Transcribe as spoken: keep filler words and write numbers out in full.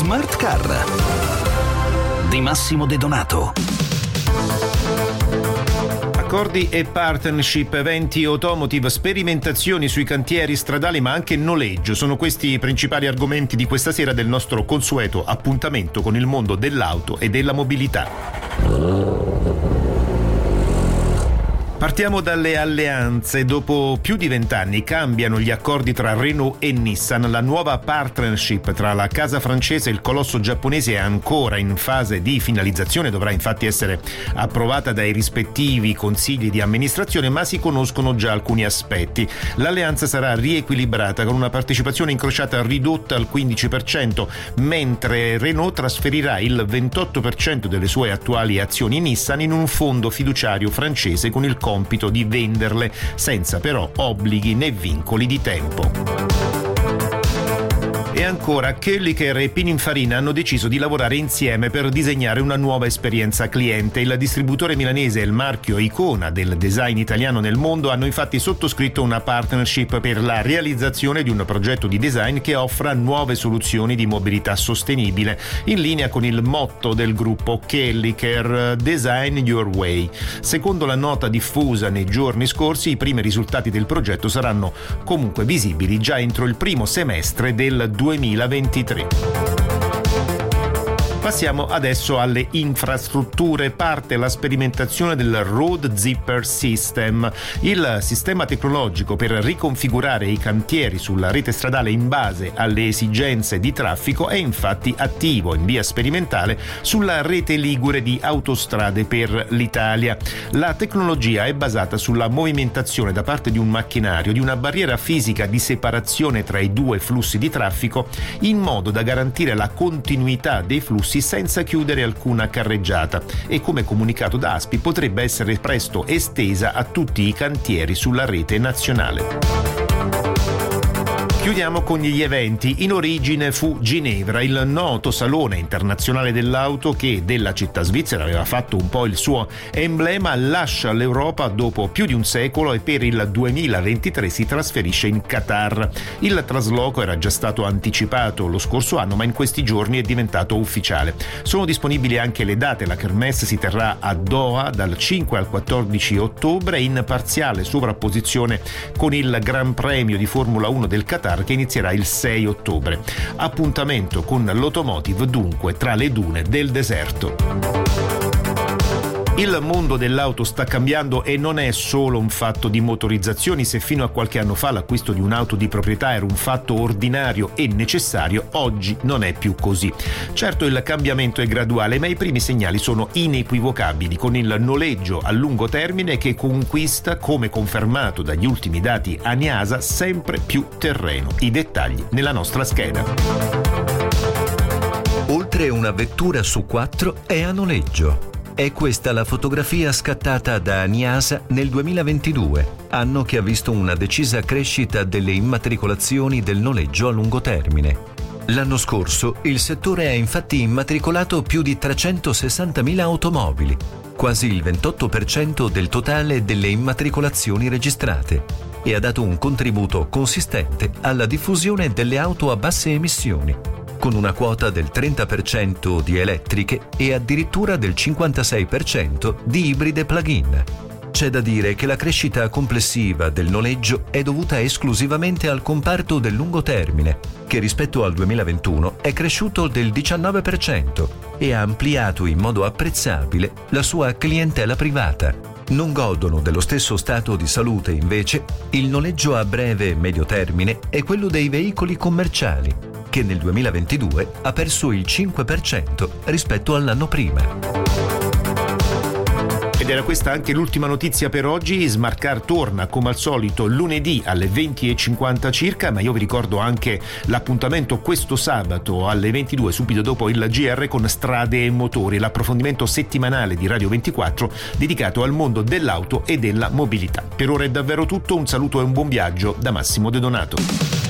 Smart Car di Massimo De Donato. Accordi e partnership, eventi automotive, sperimentazioni sui cantieri stradali ma anche noleggio. Sono questi i principali argomenti di questa sera del nostro consueto appuntamento con il mondo dell'auto e della mobilità. Partiamo dalle alleanze. Dopo più di vent'anni cambiano gli accordi tra Renault e Nissan. La nuova partnership tra la casa francese e il colosso giapponese è ancora in fase di finalizzazione, dovrà infatti essere approvata dai rispettivi consigli di amministrazione, ma si conoscono già alcuni aspetti. L'alleanza sarà riequilibrata con una partecipazione incrociata ridotta al quindici per cento, mentre Renault trasferirà il ventotto per cento delle sue attuali azioni Nissan in un fondo fiduciario francese con il compito di venderle, senza però obblighi né vincoli di tempo. E ancora, Koelliker e Pininfarina hanno deciso di lavorare insieme per disegnare una nuova esperienza cliente. Il distributore milanese e il marchio icona del design italiano nel mondo hanno infatti sottoscritto una partnership per la realizzazione di un progetto di design che offra nuove soluzioni di mobilità sostenibile, in linea con il motto del gruppo Koelliker, Design Your Way. Secondo la nota diffusa nei giorni scorsi, i primi risultati del progetto saranno comunque visibili già entro il primo semestre del duemilaventitré. Passiamo adesso alle infrastrutture. Parte la sperimentazione del Road Zipper System. Il sistema tecnologico per riconfigurare i cantieri sulla rete stradale in base alle esigenze di traffico è infatti attivo in via sperimentale sulla rete ligure di Autostrade per l'Italia. La tecnologia è basata sulla movimentazione da parte di un macchinario di una barriera fisica di separazione tra i due flussi di traffico, in modo da garantire la continuità dei flussi senza chiudere alcuna carreggiata, e come comunicato da ASPI potrebbe essere presto estesa a tutti i cantieri sulla rete nazionale. Chiudiamo con gli eventi. In origine fu Ginevra, il noto salone internazionale dell'auto che della città svizzera aveva fatto un po' il suo emblema, lascia l'Europa dopo più di un secolo e per il duemilaventitré si trasferisce in Qatar. Il trasloco era già stato anticipato lo scorso anno, ma in questi giorni è diventato ufficiale. Sono disponibili anche le date. La Kermesse si terrà a Doha dal cinque al quattordici ottobre, in parziale sovrapposizione con il Gran Premio di Formula uno del Qatar, che inizierà il sei ottobre. Appuntamento con l'automotive dunque tra le dune del deserto. Il mondo dell'auto sta cambiando e non è solo un fatto di motorizzazioni. Se fino a qualche anno fa l'acquisto di un'auto di proprietà era un fatto ordinario e necessario, oggi non è più così. Certo, il cambiamento è graduale, ma i primi segnali sono inequivocabili, con il noleggio a lungo termine che conquista, come confermato dagli ultimi dati ANIASA, sempre più terreno. I dettagli nella nostra scheda. Oltre una vettura su quattro è a noleggio. È questa la fotografia scattata da ANIASA nel duemilaventidue, anno che ha visto una decisa crescita delle immatricolazioni del noleggio a lungo termine. L'anno scorso il settore ha infatti immatricolato più di trecentosessantamila automobili, quasi il ventotto per cento del totale delle immatricolazioni registrate, e ha dato un contributo consistente alla diffusione delle auto a basse emissioni, con una quota del trenta per cento di elettriche e addirittura del cinquantasei per cento di ibride plug-in. C'è da dire che la crescita complessiva del noleggio è dovuta esclusivamente al comparto del lungo termine, che rispetto al duemilaventuno è cresciuto del diciannove per cento e ha ampliato in modo apprezzabile la sua clientela privata. Non godono dello stesso stato di salute, invece, il noleggio a breve e medio termine e quello dei veicoli commerciali, che nel duemilaventidue ha perso il cinque per cento rispetto all'anno prima. Ed era questa anche l'ultima notizia per oggi. Smart Car torna come al solito lunedì alle venti e cinquanta circa, ma io vi ricordo anche l'appuntamento questo sabato alle ventidue, subito dopo il G R, con Strade e Motori, l'approfondimento settimanale di Radio ventiquattro dedicato al mondo dell'auto e della mobilità. Per ora è davvero tutto, un saluto e un buon viaggio da Massimo De Donato.